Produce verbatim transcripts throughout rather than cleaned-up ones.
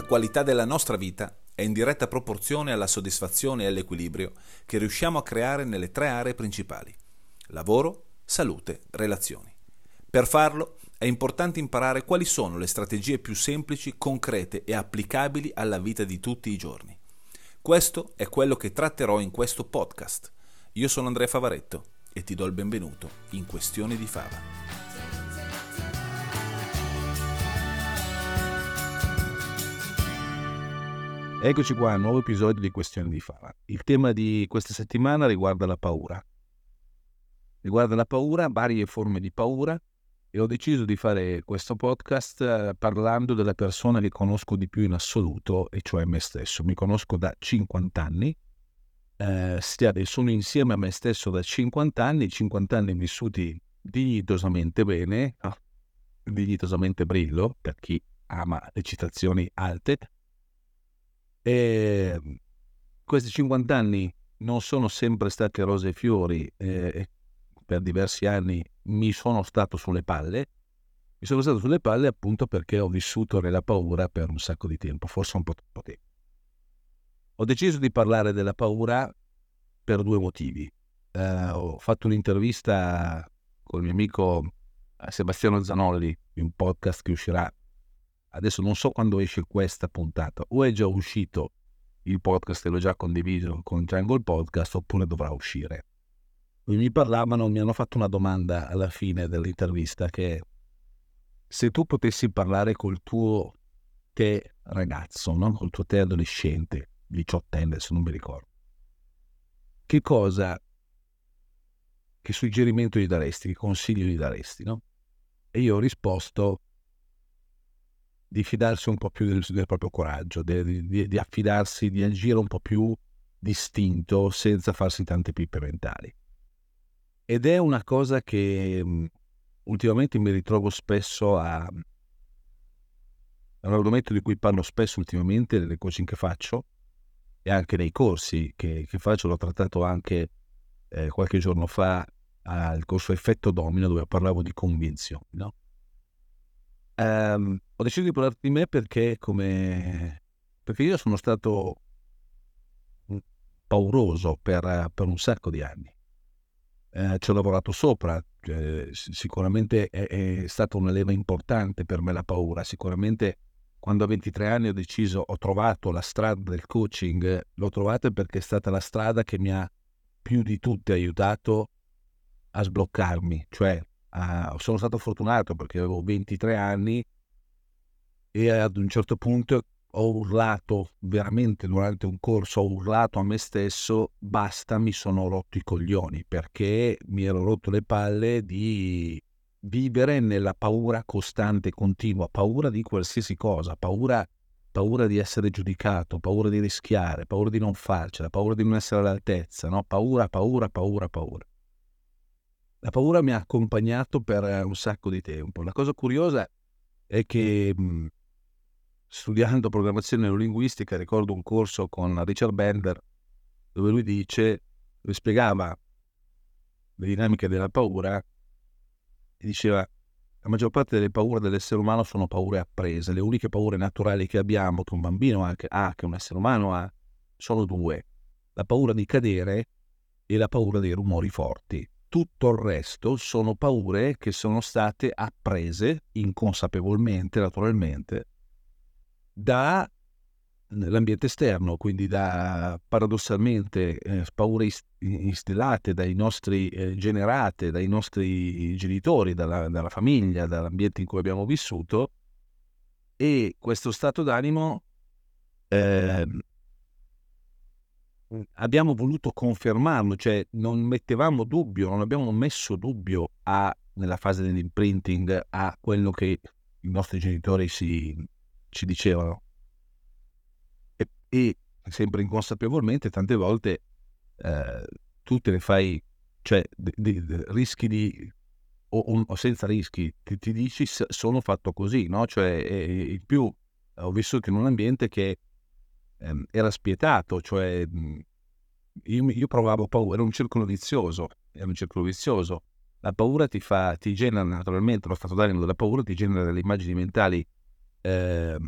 qualità della nostra vita è in diretta proporzione alla soddisfazione e all'equilibrio che riusciamo a creare nelle tre aree principali: lavoro, salute, relazioni. Per farlo è importante imparare quali sono le strategie più semplici, concrete e applicabili alla vita di tutti i giorni. Questo è quello che tratterò in questo podcast. Io sono Andrea Favaretto e ti do il benvenuto in Questioni di Fava. Eccoci qua, un nuovo episodio di Questioni di Fava. Il tema di questa settimana riguarda la paura. Riguarda la paura, varie forme di paura, e ho deciso di fare questo podcast eh, parlando della persona che conosco di più in assoluto, e cioè me stesso. Mi conosco da cinquanta anni, eh, sono insieme a me stesso da cinquanta anni, cinquanta anni vissuti dignitosamente bene, ah, dignitosamente brillo, per chi ama le citazioni alte. E questi cinquanta anni non sono sempre stati rose e fiori, eh, per diversi anni mi sono stato sulle palle, mi sono stato sulle palle appunto perché ho vissuto nella paura per un sacco di tempo, forse un po' troppo tempo. Ho deciso di parlare della paura per due motivi. Eh, ho fatto un'intervista con il mio amico Sebastiano Zanolli in un podcast che uscirà. Adesso non so quando esce questa puntata, o è già uscito il podcast e l'ho già condiviso con Triangle Podcast, oppure dovrà uscire. E mi parlavano, mi hanno fatto una domanda alla fine dell'intervista, che se tu potessi parlare col tuo te ragazzo, no? Col tuo te adolescente, diciottenne, se non mi ricordo, che cosa, che suggerimento gli daresti, che consiglio gli daresti, no? E io ho risposto di fidarsi un po' più del, del proprio coraggio, di, di, di affidarsi, di agire un po' più distinto senza farsi tante pippe mentali. Ed è una cosa che mh, ultimamente mi ritrovo spesso a... è un argomento di cui parlo spesso ultimamente nelle coaching che faccio e anche nei corsi che, che faccio. L'ho trattato anche eh, qualche giorno fa al corso Effetto Domino, dove parlavo di convinzioni, no? Um, ho deciso di parlarti di me perché come perché io sono stato pauroso per, per un sacco di anni. Eh, ci ho lavorato sopra, eh, sicuramente è, è stata una leva importante per me la paura. Sicuramente quando a ventitré anni ho deciso, ho trovato la strada del coaching, l'ho trovata perché è stata la strada che mi ha più di tutte aiutato a sbloccarmi, cioè Uh, sono stato fortunato perché avevo ventitré anni e ad un certo punto ho urlato veramente durante un corso, ho urlato a me stesso basta, mi sono rotto i coglioni, perché mi ero rotto le palle di vivere nella paura costante e continua, paura di qualsiasi cosa, paura, paura di essere giudicato, paura di rischiare, paura di non farcela, paura di non essere all'altezza, no? Paura, paura, paura, paura. La paura mi ha accompagnato per un sacco di tempo. La cosa curiosa è che mh, studiando programmazione neurolinguistica ricordo un corso con Richard Bandler dove lui dice, lui spiegava le dinamiche della paura e diceva: la maggior parte delle paure dell'essere umano sono paure apprese. Le uniche paure naturali che abbiamo, che un bambino ha, che, ha, che un essere umano ha, sono due: la paura di cadere e la paura dei rumori forti. Tutto il resto sono paure che sono state apprese inconsapevolmente, naturalmente, dall'ambiente esterno, quindi da paradossalmente eh, paure instillate dai nostri, eh, generate dai nostri genitori, dalla, dalla famiglia, dall'ambiente in cui abbiamo vissuto, e questo stato d'animo eh, abbiamo voluto confermarlo, cioè non mettevamo dubbio, non abbiamo messo dubbio a, nella fase dell'imprinting, a quello che i nostri genitori si, ci dicevano. E, e sempre inconsapevolmente tante volte eh, tu te ne fai, cioè di, di, di, rischi di, o, o senza rischi, ti, ti dici sono fatto così, no? Cioè e, in più ho vissuto in un ambiente che ehm, era spietato, cioè mh, io, io provavo paura, era un circolo vizioso, era un circolo vizioso. La paura ti fa, ti genera naturalmente, lo stato d'animo della paura ti genera delle immagini mentali ehm,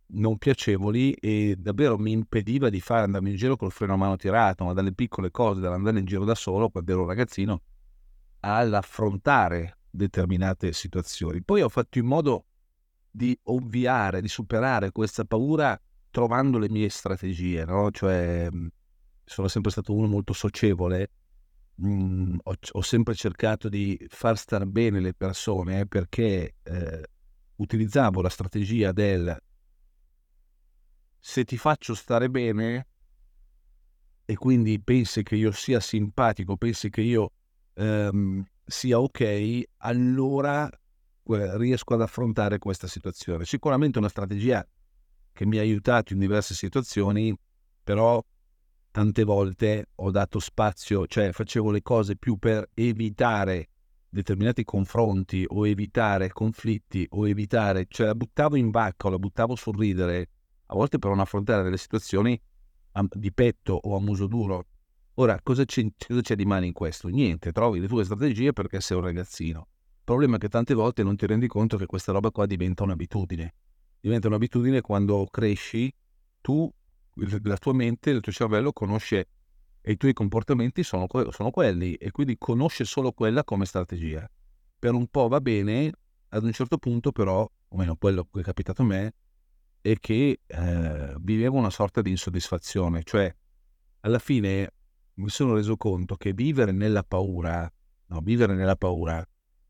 non piacevoli, e davvero mi impediva di fare, andare in giro col freno a mano tirato, ma dalle piccole cose, dall'andare in giro da solo quando ero un ragazzino, all'affrontare determinate situazioni. Poi ho fatto in modo di ovviare, di superare questa paura trovando le mie strategie, no? Cioè, sono sempre stato uno molto socievole, mm, ho, ho sempre cercato di far star bene le persone, perché eh, utilizzavo la strategia del: se ti faccio stare bene e quindi pensi che io sia simpatico, pensi che io ehm, sia ok, allora eh, riesco ad affrontare questa situazione. Sicuramente una strategia che mi ha aiutato in diverse situazioni, però tante volte ho dato spazio, cioè facevo le cose più per evitare determinati confronti o evitare conflitti o evitare, cioè la buttavo in vacca o la buttavo sul ridere, a volte per non affrontare delle situazioni a, di petto o a muso duro. Ora, cosa c'è, cosa c'è di male in questo? Niente, trovi le tue strategie perché sei un ragazzino. Il problema è che tante volte non ti rendi conto che questa roba qua diventa un'abitudine. Diventa un'abitudine quando cresci, tu, la tua mente, il tuo cervello conosce e i tuoi comportamenti sono, sono quelli, e quindi conosce solo quella come strategia. Per un po' va bene, ad un certo punto però, o meno quello che è capitato a me, è che eh, vivevo una sorta di insoddisfazione, cioè alla fine mi sono reso conto che vivere nella paura, no, vivere nella paura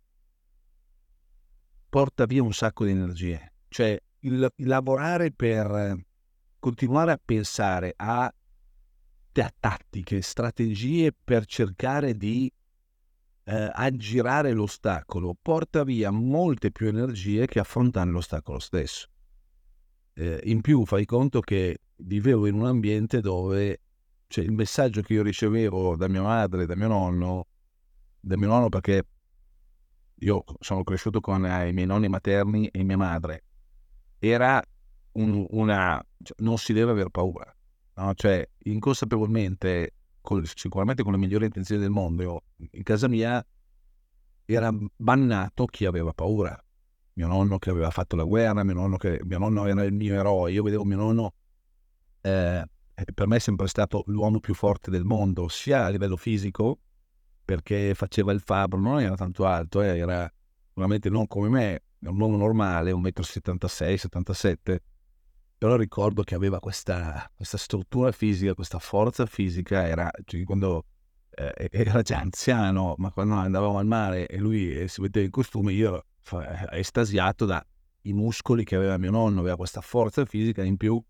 porta via un sacco di energie, cioè il, il lavorare per continuare a pensare a, a tattiche, strategie per cercare di eh, aggirare l'ostacolo, porta via molte più energie che affrontare l'ostacolo stesso. Eh, in più fai conto che vivevo in un ambiente dove, cioè, il messaggio che io ricevevo da mia madre, da mio nonno, da mio nonno perché io sono cresciuto con eh, i miei nonni materni e mia madre, era un, una, cioè, non si deve aver paura, no? Cioè, inconsapevolmente, col, sicuramente con le migliori intenzioni del mondo, io, in casa mia era bannato chi aveva paura. Mio nonno che aveva fatto la guerra, mio nonno che mio nonno era il mio eroe, io vedevo mio nonno, eh, per me è sempre stato l'uomo più forte del mondo, sia a livello fisico, perché faceva il fabbro, non era tanto alto, eh, era sicuramente non come me, è un uomo normale, un metro e settantasei settantasette, però ricordo che aveva questa, questa struttura fisica, questa forza fisica, era, cioè, quando eh, era già anziano, ma quando andavamo al mare e lui eh, si metteva in costume, io ero fa- estasiato dai muscoli che aveva mio nonno, aveva questa forza fisica in più,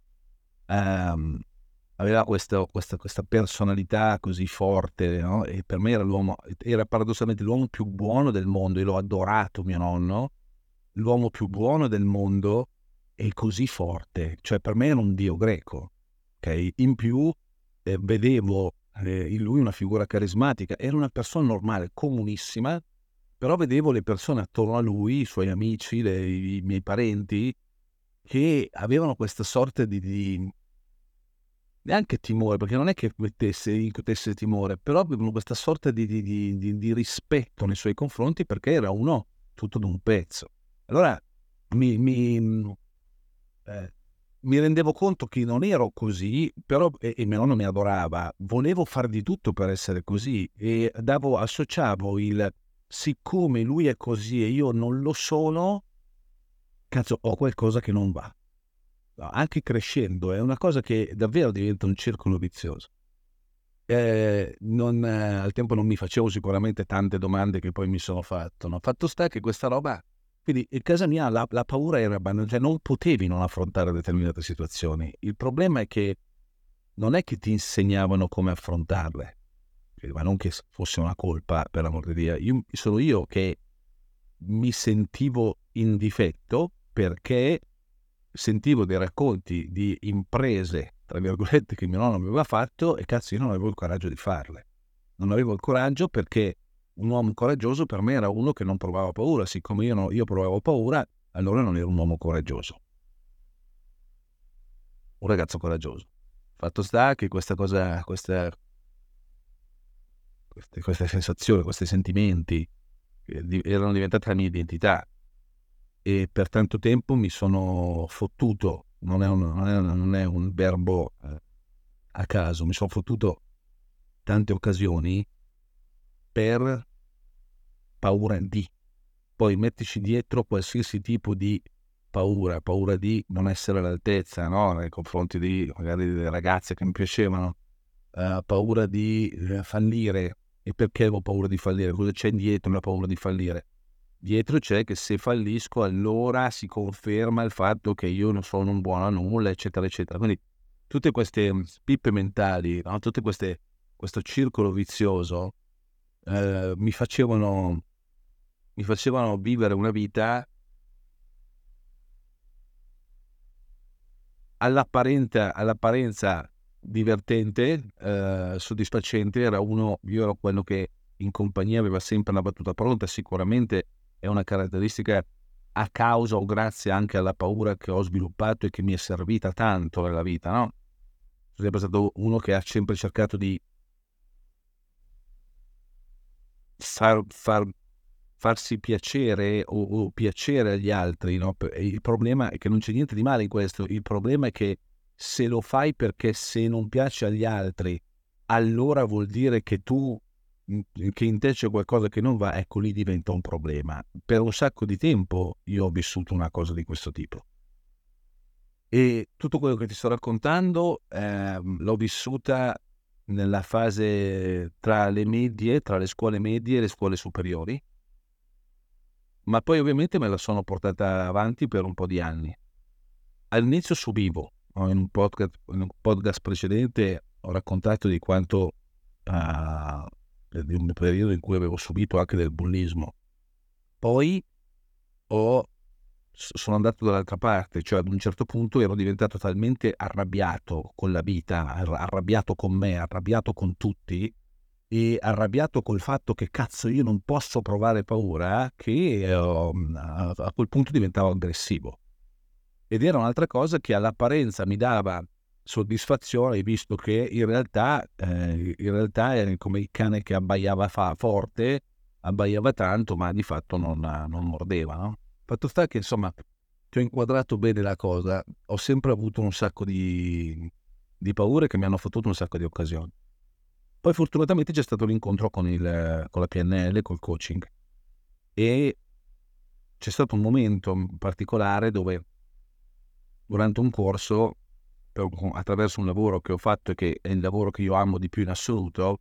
ehm, aveva questo, questa, questa personalità così forte, no? E per me era l'uomo, era paradossalmente l'uomo più buono del mondo, io l'ho adorato mio nonno, l'uomo più buono del mondo e così forte, cioè per me era un dio greco, ok? In più eh, vedevo eh, in lui una figura carismatica, era una persona normale, comunissima, però vedevo le persone attorno a lui, i suoi amici, le, i miei parenti, che avevano questa sorta di, di neanche timore, perché non è che mettesse, incutesse timore, però avevano questa sorta di, di, di, di, di rispetto nei suoi confronti, perché era uno tutto d'un pezzo. Allora mi, mi, eh, mi rendevo conto che non ero così, però, e, e mio nonno mi adorava, volevo fare di tutto per essere così, e davo, associavo il siccome lui è così e io non lo sono, cazzo, ho qualcosa che non va. No, anche crescendo è una cosa che davvero diventa un circolo vizioso. Eh, non, eh, al tempo non mi facevo sicuramente tante domande che poi mi sono fatto, no? Fatto sta che questa roba, quindi in casa mia la, la paura era, cioè non potevi non affrontare determinate situazioni. Il problema è che non è che ti insegnavano come affrontarle, ma non che fosse una colpa, per l'amor di Dio. Io, sono io che mi sentivo in difetto perché sentivo dei racconti di imprese, tra virgolette, che mio nonno aveva fatto, e cazzo io non avevo il coraggio di farle. Non avevo il coraggio perché un uomo coraggioso per me era uno che non provava paura. Siccome io, no, io provavo paura, allora non ero un uomo coraggioso. Un ragazzo coraggioso. Fatto sta che questa cosa, questa, queste, queste sensazioni, questi sentimenti eh, erano diventate la mia identità. E per tanto tempo mi sono fottuto non è un, non è, non è un verbo eh, a caso, mi sono fottuto tante occasioni per paura di. Poi mettici dietro qualsiasi tipo di paura, paura di non essere all'altezza, no? Nei confronti di magari delle ragazze che mi piacevano, eh, paura di eh, fallire. E perché avevo paura di fallire? Cosa c'è dietro la paura di fallire? Dietro c'è che se fallisco allora si conferma il fatto che io non sono un buono a nulla, eccetera, eccetera. Quindi tutte queste pippe mentali, no? Tutte queste, questo circolo vizioso eh, mi facevano mi facevano vivere una vita all'apparenza, all'apparenza divertente, eh, soddisfacente. Era uno, io ero quello che in compagnia aveva sempre una battuta pronta. Sicuramente è una caratteristica a causa o grazie anche alla paura che ho sviluppato e che mi è servita tanto nella vita, no? Sono sempre stato uno che ha sempre cercato di far, far farsi piacere o, o piacere agli altri, no? E il problema è che non c'è niente di male in questo, il problema è che se lo fai perché se non piace agli altri, allora vuol dire che tu, che in te c'è qualcosa che non va, ecco lì diventa un problema. Per un sacco di tempo io ho vissuto una cosa di questo tipo. E tutto quello che ti sto raccontando eh, l'ho vissuta nella fase tra le medie, tra le scuole medie e le scuole superiori, ma poi ovviamente me la sono portata avanti per un po' di anni. All'inizio subivo, no? in, un podcast, in un podcast precedente ho raccontato di quanto, uh, di un periodo in cui avevo subito anche del bullismo. Poi ho, sono andato dall'altra parte, cioè ad un certo punto ero diventato talmente arrabbiato con la vita, arrabbiato con me, arrabbiato con tutti, e arrabbiato col fatto che cazzo io non posso provare paura, che eh, a, a quel punto diventavo aggressivo. Ed era un'altra cosa che all'apparenza mi dava soddisfazione, visto che in realtà, eh, in realtà era come il cane che abbaiava fa, forte, abbaiava tanto, ma di fatto non, non mordeva, no? Fatto sta che insomma ti ho inquadrato bene la cosa, ho sempre avuto un sacco di, di paure che mi hanno fottuto un sacco di occasioni. Poi fortunatamente c'è stato l'incontro con, il, con la P N L, col coaching, e c'è stato un momento particolare dove durante un corso, per, attraverso un lavoro che ho fatto e che è il lavoro che io amo di più in assoluto,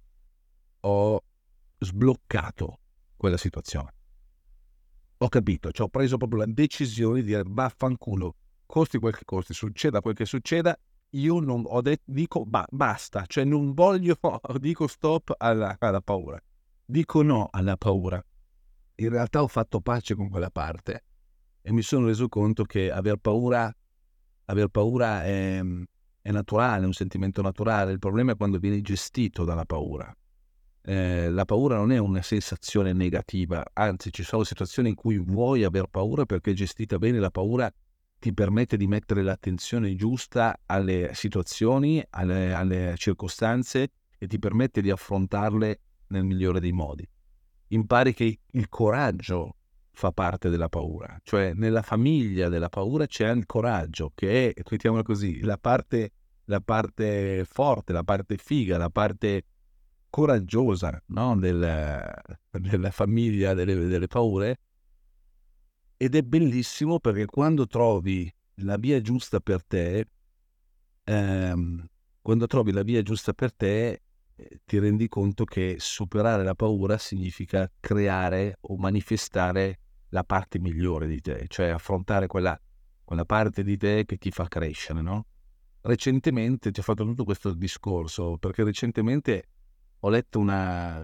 ho sbloccato quella situazione. Ho capito, cioè ho preso proprio la decisione di dire vaffanculo, costi quel che costi, succeda quel che succeda, io non ho detto, dico ba, basta, cioè non voglio, dico stop alla, alla paura, dico no alla paura. In realtà ho fatto pace con quella parte e mi sono reso conto che aver paura, aver paura è, è naturale, è un sentimento naturale. Il problema è quando viene gestito dalla paura. Eh, la paura non è una sensazione negativa, anzi ci sono situazioni in cui vuoi aver paura perché gestita bene la paura ti permette di mettere l'attenzione giusta alle situazioni, alle, alle circostanze e ti permette di affrontarle nel migliore dei modi. Impari che il coraggio fa parte della paura, cioè nella famiglia della paura c'è il coraggio, che è, mettiamola così, la parte, la parte forte, la parte figa, la parte coraggiosa, no? Del, della famiglia delle, delle paure. Ed è bellissimo perché quando trovi la via giusta per te, ehm, quando trovi la via giusta per te, eh, ti rendi conto che superare la paura significa creare o manifestare la parte migliore di te, cioè affrontare quella, quella parte di te che ti fa crescere, no? Recentemente ti ho fatto tutto questo discorso perché recentemente ho letto una,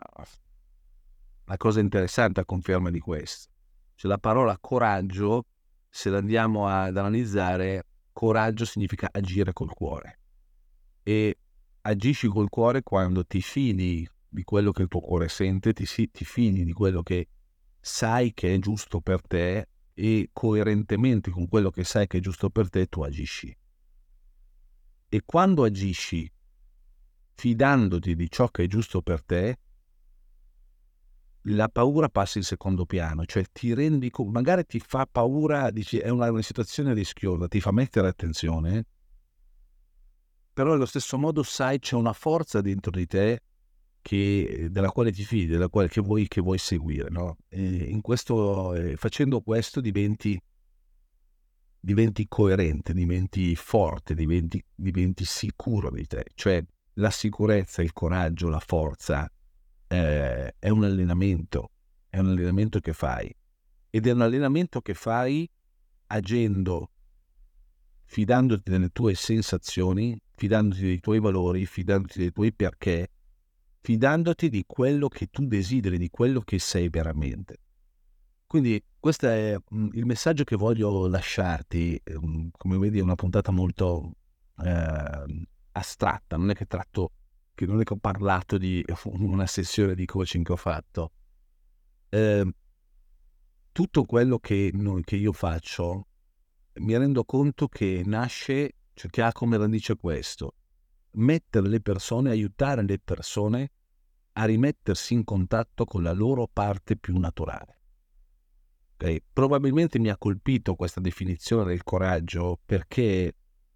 una cosa interessante a conferma di questo. Cioè la parola coraggio, se la andiamo ad analizzare, coraggio significa agire col cuore. E agisci col cuore quando ti fidi di quello che il tuo cuore sente, ti, ti fidi di quello che sai che è giusto per te e coerentemente con quello che sai che è giusto per te tu agisci. E quando agisci fidandoti di ciò che è giusto per te, la paura passa in secondo piano, cioè ti rendi conto, magari ti fa paura, dici è una, una situazione rischiosa, ti fa mettere attenzione, però allo stesso modo sai c'è una forza dentro di te che, della quale ti fidi, della quale che vuoi, che vuoi seguire, no? E in questo, eh, facendo questo diventi, diventi coerente, diventi forte, diventi, diventi sicuro di te, cioè la sicurezza, il coraggio, la forza eh, è un allenamento, è un allenamento che fai ed è un allenamento che fai agendo, fidandoti delle tue sensazioni, fidandoti dei tuoi valori, fidandoti dei tuoi perché, fidandoti di quello che tu desideri, di quello che sei veramente. Quindi questo è mh, il messaggio che voglio lasciarti. Mh, come vedi è una puntata molto eh, astratta, non è che tratto, che non è che ho parlato di una sessione di coaching che ho fatto. Eh, tutto quello che, noi, che io faccio mi rendo conto che nasce, cioè che ha come radice questo: mettere le persone, aiutare le persone a rimettersi in contatto con la loro parte più naturale. Okay? Probabilmente mi ha colpito questa definizione del coraggio perché,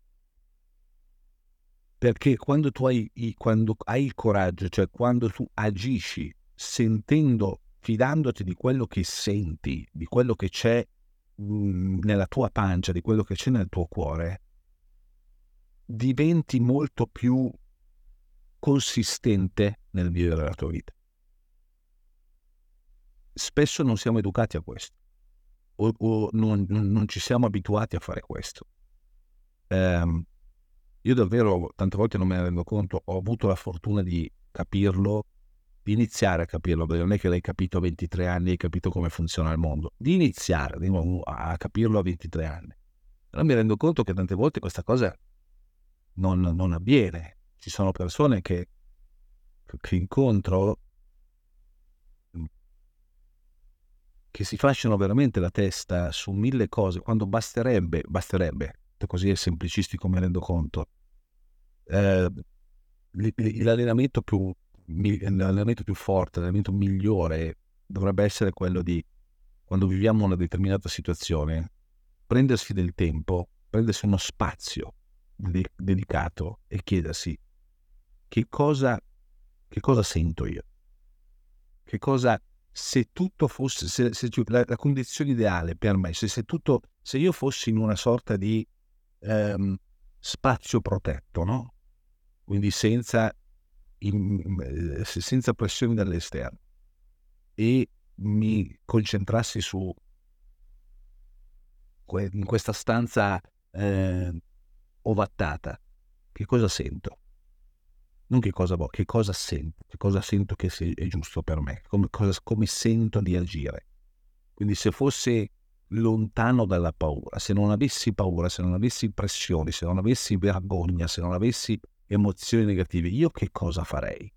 perché quando tu hai, quando hai il coraggio, cioè quando tu agisci sentendo, fidandoti di quello che senti, di quello che c'è mh, nella tua pancia, di quello che c'è nel tuo cuore, diventi molto più consistente nel vivere la tua vita. Spesso non siamo educati a questo o, o non, non ci siamo abituati a fare questo. Um, io davvero tante volte non me ne rendo conto, ho avuto la fortuna di capirlo, di iniziare a capirlo, perché non è che l'hai capito a ventitré anni, hai capito come funziona il mondo, di iniziare di nuovo a capirlo a ventitré anni. Però mi rendo conto che tante volte questa cosa non, non avviene. Ci sono persone che, che incontro che si fasciano veramente la testa su mille cose, quando basterebbe, basterebbe, così è semplicistico mi rendo conto, eh, l'allenamento più, l'allenamento più forte, l'allenamento migliore dovrebbe essere quello di, quando viviamo una determinata situazione, prendersi del tempo, prendersi uno spazio de- dedicato e chiedersi che cosa, che cosa sento io, che cosa, se tutto fosse, se, se la, la condizione ideale per me, se, se tutto, se io fossi in una sorta di ehm, spazio protetto, no? Quindi senza, in, senza pressioni dall'esterno, e mi concentrassi su in questa stanza eh, ovattata, che cosa sento? Non che cosa voglio, che cosa sento, che cosa sento che è giusto per me, come, cosa, come sento di agire. Quindi se fossi lontano dalla paura, se non avessi paura, se non avessi pressioni, se non avessi vergogna, se non avessi emozioni negative, io che cosa farei?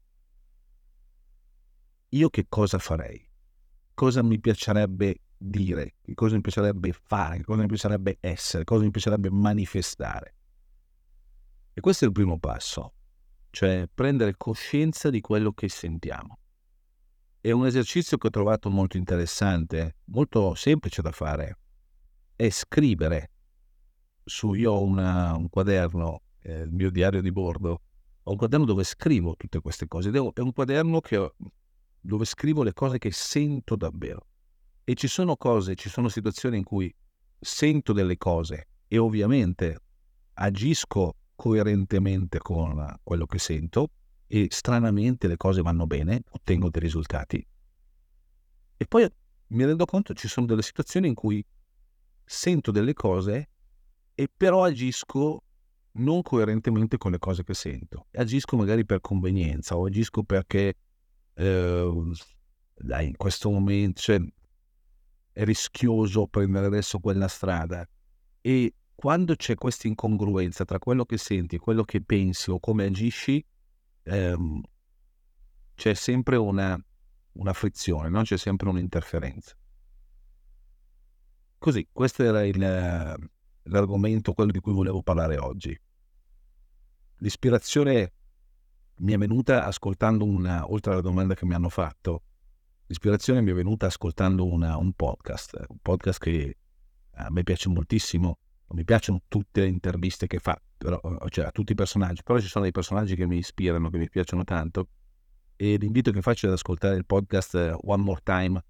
Io che cosa farei? Cosa mi piacerebbe dire? Che cosa mi piacerebbe fare? Che cosa mi piacerebbe essere? Cosa mi piacerebbe manifestare? E questo è il primo passo, cioè prendere coscienza di quello che sentiamo. È un esercizio che ho trovato molto interessante, molto semplice da fare, è scrivere su, io ho una, un quaderno, eh, il mio diario di bordo, ho un quaderno dove scrivo tutte queste cose, è un quaderno che ho, dove scrivo le cose che sento davvero. E ci sono cose, ci sono situazioni in cui sento delle cose e ovviamente agisco coerentemente con quello che sento e stranamente le cose vanno bene, ottengo dei risultati. E poi mi rendo conto che ci sono delle situazioni in cui sento delle cose e però agisco non coerentemente con le cose che sento. Agisco magari per convenienza o agisco perché eh, dai, in questo momento, cioè, è rischioso prendere adesso quella strada. E quando c'è questa incongruenza tra quello che senti e quello che pensi o come agisci, ehm, c'è sempre una, una frizione, no? C'è sempre un'interferenza. Così, questo era il, l'argomento, quello di cui volevo parlare oggi. L'ispirazione mi è venuta ascoltando una, oltre alla domanda che mi hanno fatto, L'ispirazione mi è venuta ascoltando una, un podcast, un podcast che a me piace moltissimo. Non mi piacciono tutte le interviste che fa, però, cioè a tutti i personaggi, però ci sono dei personaggi che mi ispirano, che mi piacciono tanto, e l'invito che faccio è ad ascoltare il podcast One More Time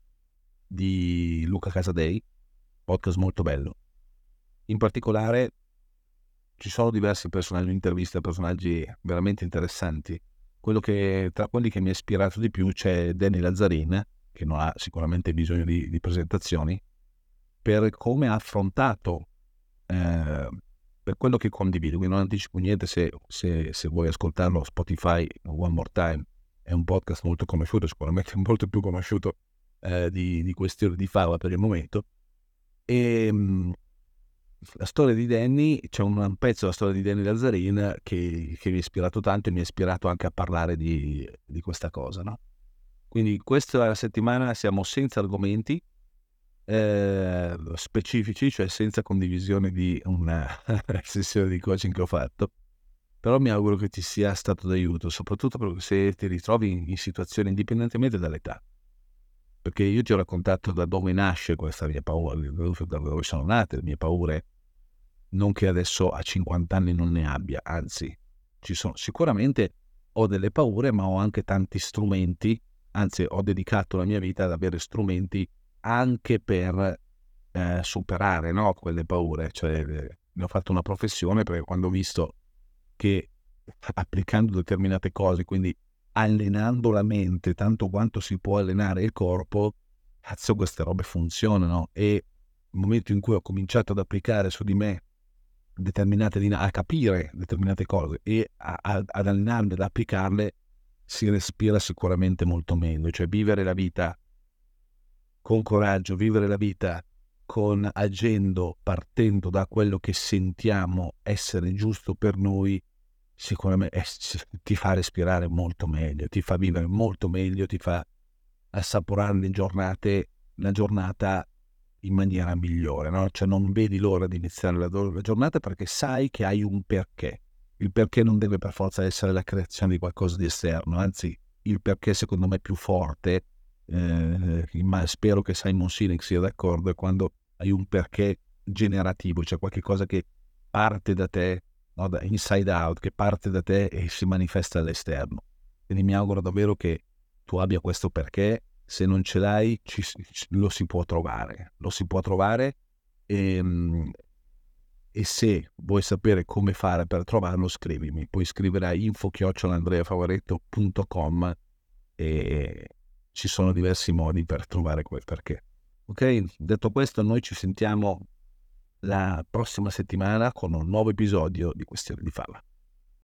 di Luca Casadei, podcast molto bello. In particolare ci sono diversi personaggi, interviste a personaggi veramente interessanti. Quello che, tra quelli che mi ha ispirato di più c'è Danny Lazzarin, che non ha sicuramente bisogno di, di presentazioni, per come ha affrontato, eh, per quello che condivide. Quindi non anticipo niente, se, se, se vuoi ascoltarlo, Spotify, One More Time, è un podcast molto conosciuto, sicuramente molto più conosciuto eh, di, di Questione di Fava per il momento. E mh, la storia di Danny, c'è un pezzo della storia di Danny Lazzarin che, che mi ha ispirato tanto, e mi ha ispirato anche a parlare di, di questa cosa, no? Quindi questa settimana siamo senza argomenti eh, specifici, cioè senza condivisione di una sessione di coaching che ho fatto, però mi auguro che ti sia stato d'aiuto, soprattutto perché se ti ritrovi in, in situazioni indipendentemente dall'età, perché io ti ho raccontato da dove nasce questa mia paura, da dove sono nate le mie paure. Non che adesso a cinquanta anni non ne abbia, anzi, ci sono sicuramente, ho delle paure, ma ho anche tanti strumenti, anzi ho dedicato la mia vita ad avere strumenti anche per eh, superare, no, quelle paure. Cioè, eh, ne ho fatto una professione, perché quando ho visto che applicando determinate cose, quindi allenando la mente tanto quanto si può allenare il corpo, cazzo, queste robe funzionano. E nel momento in cui ho cominciato ad applicare su di me determinate din- a capire determinate cose e a, a, ad allenarle, ad applicarle, si respira sicuramente molto meglio. Cioè vivere la vita con coraggio, vivere la vita con agendo, partendo da quello che sentiamo essere giusto per noi, sicuramente è, ti fa respirare molto meglio, ti fa vivere molto meglio, ti fa assaporare le giornate, la giornata in maniera migliore, no? Cioè non vedi l'ora di iniziare la, la giornata, perché sai che hai un perché. Il perché non deve per forza essere la creazione di qualcosa di esterno, anzi il perché secondo me è più forte, eh, ma spero che Simon Sinek sia d'accordo, è quando hai un perché generativo, cioè qualche cosa che parte da te, no? Da inside out, che parte da te e si manifesta all'esterno. Quindi mi auguro davvero che tu abbia questo perché. Se non ce l'hai, ci, lo si può trovare, lo si può trovare e, e se vuoi sapere come fare per trovarlo, scrivimi. Puoi scrivere a info chiocciola andrea favoretto punto com e ci sono diversi modi per trovare quel perché. Ok, detto questo, noi ci sentiamo la prossima settimana con un nuovo episodio di Questione di Fava.